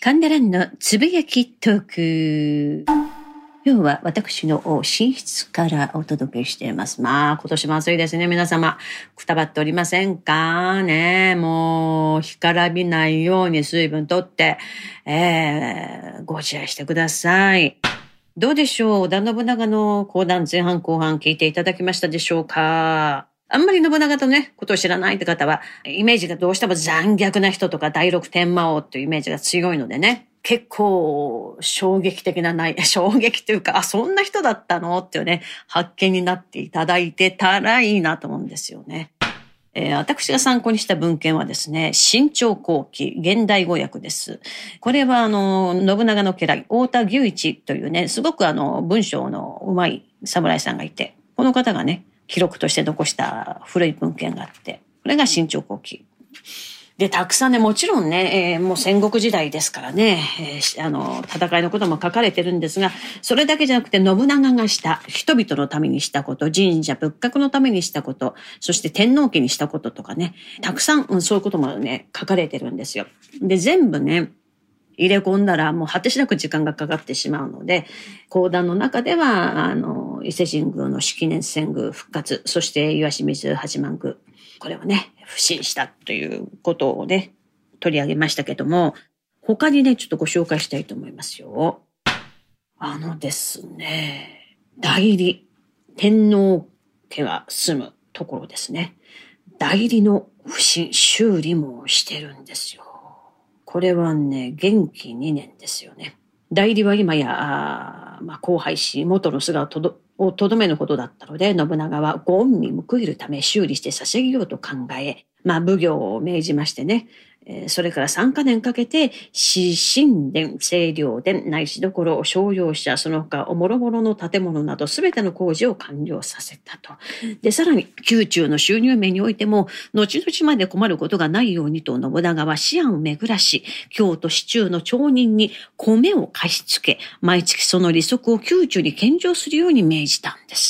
神田蘭のつぶやきトーク。今日は私の寝室からお届けしています。今年も暑いですね、皆様。くたばっておりませんかね。もう、干からびないように水分とって、ご自愛してください。どうでしょう、織田信長の講談前半後半聞いていただきましたでしょうか。あんまり信長とね、ことを知らないって方は、イメージがどうしても残虐な人とか第六天魔王っていうイメージが強いのでね、結構衝撃的な衝撃というか、そんな人だったのっていうね、発見になっていただいてたらいいなと思うんですよね。私が参考にした文献はですね、新朝後期現代語訳です。これは信長の家来、太田牛一というね、すごく文章のうまい侍さんがいて、この方がね、記録として残した古い文献があって、これが新朝後期。で、たくさんね、もちろんね、もう戦国時代ですからね、戦いのことも書かれてるんですが、それだけじゃなくて信長がした人々のためにしたこと、神社仏閣のためにしたこと、そして天皇家にしたこととかね、たくさん、そういうこともね、書かれてるんですよ。で、全部ね、入れ込んだらもう果てしなく時間がかかってしまうので、講談の中では、伊勢神宮の式年遷宮復活、そして岩清水八幡宮、これをね、不審したということをね、取り上げましたけども、他にね、ちょっとご紹介したいと思いますよ。ですね、代理、天皇家が住むところですね。代理の不審、修理もしてるんですよ。これはね、元気2年ですよね。代理は今や、荒廃し、元の姿をとどめるほどだったので、信長はご恩に報いるため修理して差し上げようと考え、奉行を命じましてね、それから3カ年かけて、死神殿、清涼殿、内視所、商用車、その他、もろもろの建物など、すべての工事を完了させたと。で、さらに、宮中の収入面においても、後々まで困ることがないようにと、信長は思案を巡らし、京都市中の町人に米を貸し付け、毎月その利息を宮中に献上するように命じたんです。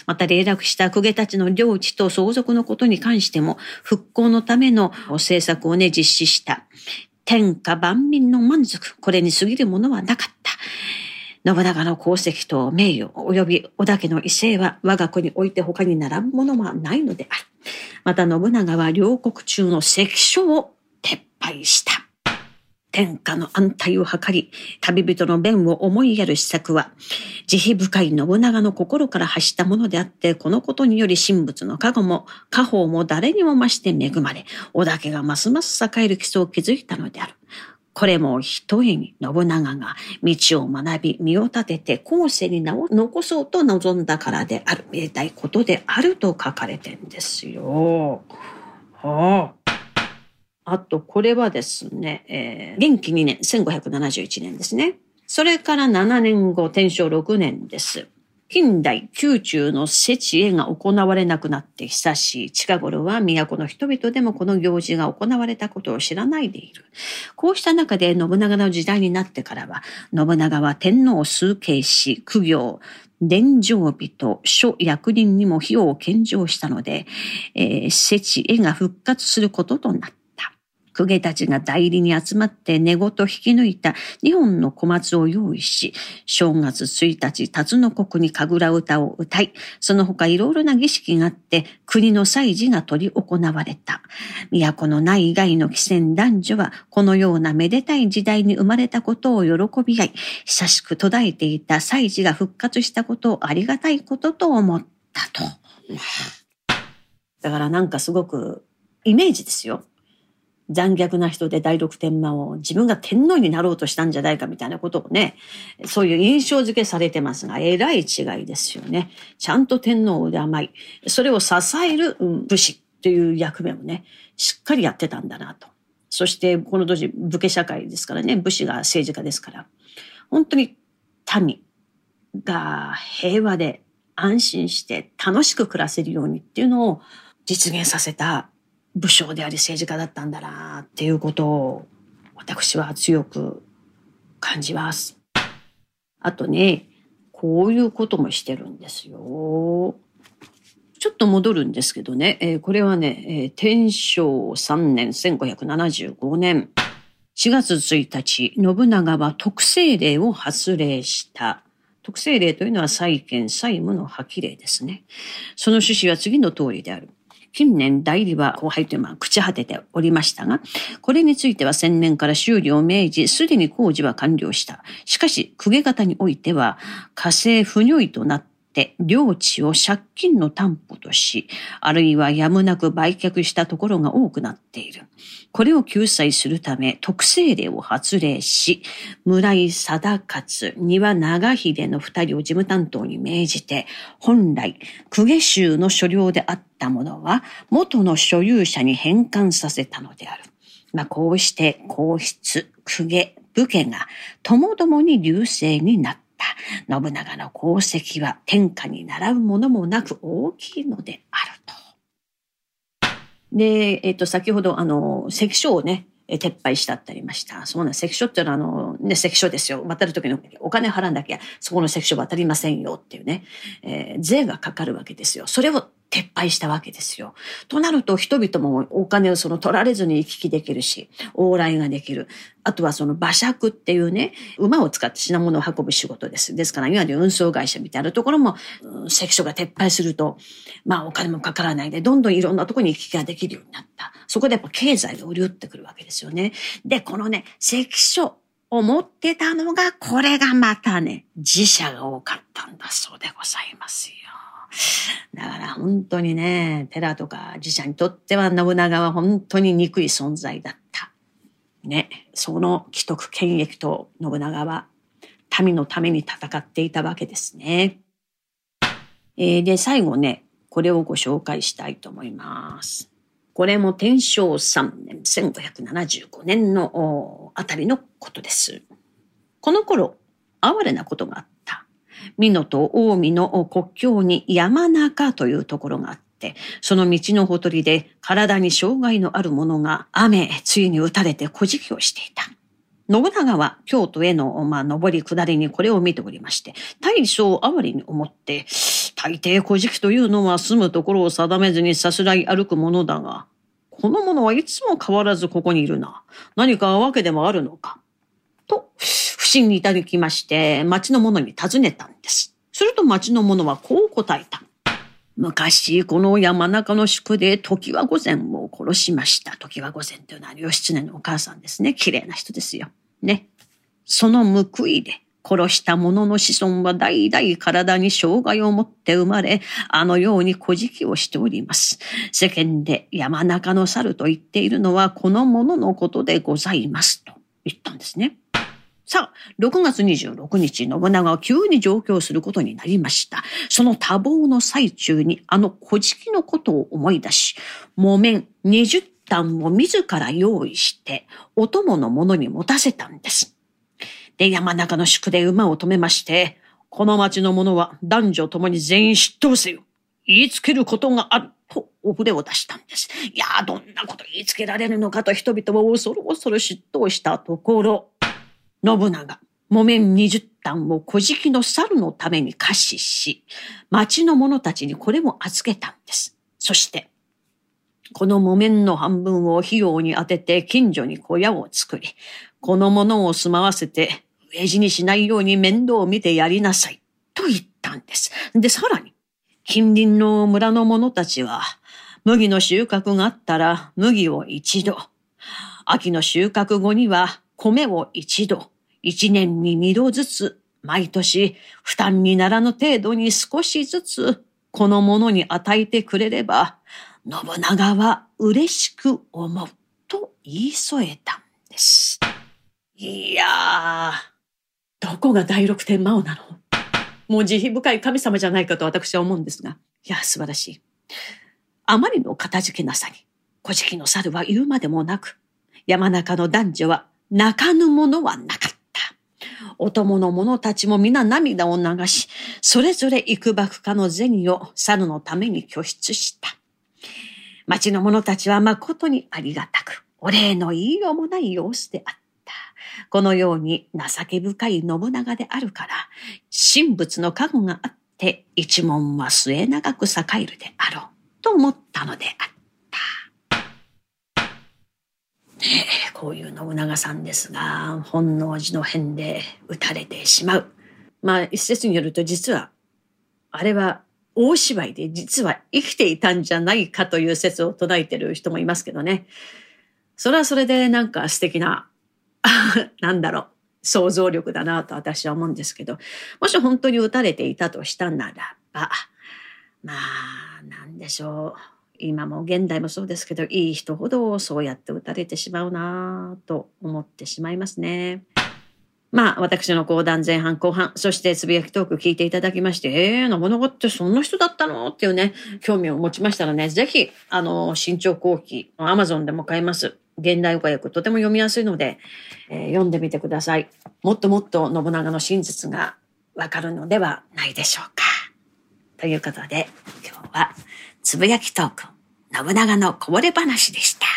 また、霊落した公家たちの領地と相続のことに関しても、復興のための政策をね、実施した。天下万民の満足、これに過ぎるものはなかった。信長の功績と名誉及び織田家の威勢は我が国において他に並ぶものはないのである。また信長は両国中の関所を撤廃した。天下の安泰を図り、旅人の弁を思いやる施策は、慈悲深い信長の心から発したものであって、このことにより神仏の加護も家宝も誰にも増して恵まれ、織田家がますます栄える基礎を築いたのである。これもひとえに信長が道を学び、身を立てて後世に名を残そうと望んだからである、めでたいことであると書かれてるんですよ。あと、これはですね、元亀2年、1571年ですね。それから7年後、天正6年です。近代、宮中の世知恵が行われなくなって久しい近頃は都の人々でもこの行事が行われたことを知らないでいる。こうした中で信長の時代になってからは、信長は天皇崇敬し、公行、殿上人、諸役人にも費用を献上したので、世知恵が復活することとなった。公家たちが代理に集まって寝言引き抜いた2本の小松を用意し、正月1日、辰の刻に神楽歌を歌い、その他いろいろな儀式があって、国の祭事が執り行われた。都の内外の貴賤男女は、このようなめでたい時代に生まれたことを喜び合い、久しく途絶えていた祭事が復活したことをありがたいことと思ったと。だからなんかすごく、イメージですよ。残虐な人で第六天魔王、自分が天皇になろうとしたんじゃないかみたいなことをね、そういう印象付けされてますが、えらい違いですよね。ちゃんと天皇を敬い、それを支える武士という役目もね、しっかりやってたんだなと。そしてこの当時武家社会ですからね、武士が政治家ですから、本当に民が平和で安心して楽しく暮らせるようにっていうのを実現させた武将であり政治家だったんだなっていうことを私は強く感じます。あとね、こういうこともしてるんですよ。ちょっと戻るんですけどね、これはね、天正3年1575年。 4月1日、信長は特制令を発令した。特制令というのは債権、債務の破棄令ですね。その趣旨は次の通りである。近年代理は荒廃という朽ち果てておりましたが、これについては先年から修理を命じ、すでに工事は完了した。しかし、公家方においては、家政不如意となって、領地を借金の担保とし、あるいはやむなく売却したところが多くなっている。これを救済するため、特制令を発令し、村井貞勝、丹羽長秀の二人を事務担当に命じて、本来、公家衆の所領であったものは、元の所有者に返還させたのである。こうして、皇室、公家、武家が、ともどもに隆盛になった。信長の功績は天下に習うものもなく大きいのであると。で、先ほど関所をね、撤廃したってありました。そうなん、関所っていうのは関所ですよ。渡るときにお金払わなきゃそこの関所渡りませんよっていうね、税がかかるわけですよ。それを撤廃したわけですよ。となると人々もお金を取られずに行き来できるし、往来ができる。あとは馬借っていうね、馬を使って品物を運ぶ仕事です。ですから、いわゆる運送会社みたいなところも、関所が撤廃すると、お金もかからないで、どんどんいろんなところに行き来ができるようになった。そこでやっぱ経済が潤ってくるわけですよね。で、このね、関所を持ってたのが、これがまたね、寺社が多かったんだそうでございますよ。だから本当にね、寺とか寺社にとっては信長は本当に憎い存在だった。ね、その既得権益と信長は民のために戦っていたわけですね。で、最後ね、これをご紹介したいと思います。これも天正3年、1575年のあたりのことです。この頃、哀れなことがあった。美濃と近江の国境に山中というところがあって、その道のほとりで体に障害のある者が雨、露に打たれて小じきをしていた。信長は京都への上り下りにこれを見ておりまして、大層哀れに思って、大抵小じきというのは住むところを定めずにさすらい歩くものだが、この者はいつも変わらずここにいるな。何かわけでもあるのか。と、不審に至りまして、町の者に尋ねたんです。すると町の者はこう答えた。昔、この山中の宿で常盤御前を殺しました。常盤御前というのは義経のお母さんですね。綺麗な人ですよ。ね。その報いで、殺した者の子孫は代々体に障害を持って生まれ、あのように小じきをしております。世間で山中の猿と言っているのはこの者のことでございますと言ったんですね。さあ、6月26日、信長は急に上京することになりました。その多忙の最中にあの小じきのことを思い出し、木綿20担を自ら用意して、お供の者に持たせたんです。で、山中の宿で馬を止めまして、この町の者は男女ともに全員出頭せよ。言いつけることがある。とお触れを出したんです。いやー、どんなこと言いつけられるのかと人々は恐る恐る出頭したところ、信長、木綿20担を小じきの猿のために貸しし、町の者たちにこれを預けたんです。そして、この木綿の半分を費用に当てて近所に小屋を作り、このものを住まわせて飢え死にしないように面倒を見てやりなさい、と言ったんです。で、さらに、近隣の村の者たちは、麦の収穫があったら麦を一度、秋の収穫後には米を一度、一年に二度ずつ、毎年負担にならぬ程度に少しずつ、このものに与えてくれれば、信長は嬉しく思う、と言い添えたんです。いやー、どこが第六天魔王なの？もう慈悲深い神様じゃないかと私は思うんですが、いや、素晴らしい。あまりのかたじけなさに、小じきの猿は言うまでもなく、山中の男女は泣かぬものはなかった。お供の者たちも皆涙を流し、それぞれ幾ばくかの銭を猿のために拠出した。町の者たちは誠にありがたく、お礼の言いようもない様子であった。このように情け深い信長であるから、神仏の加護があって一門は末永く栄えるであろうと思ったのであった。 こういう信長さんですが、本能寺の変で撃たれてしまう。一説によると実は、あれは大芝居で実は生きていたんじゃないかという説を唱えている人もいますけどね。それはそれでなんか素敵な、想像力だなと私は思うんですけど、もし本当に撃たれていたとしたならば、なんでしょう。今も現代もそうですけど、いい人ほどそうやって撃たれてしまうなと思ってしまいますね。私の講談前半後半、そしてつぶやきトーク聞いていただきまして、信長ってそんな人だったのっていうね、興味を持ちましたらね、ぜひ、新潮後期、Amazon でも買えます。現代語訳とても読みやすいので、読んでみてください。もっともっと信長の真実がわかるのではないでしょうか。ということで、今日はつぶやきトーク、信長のこぼれ話でした。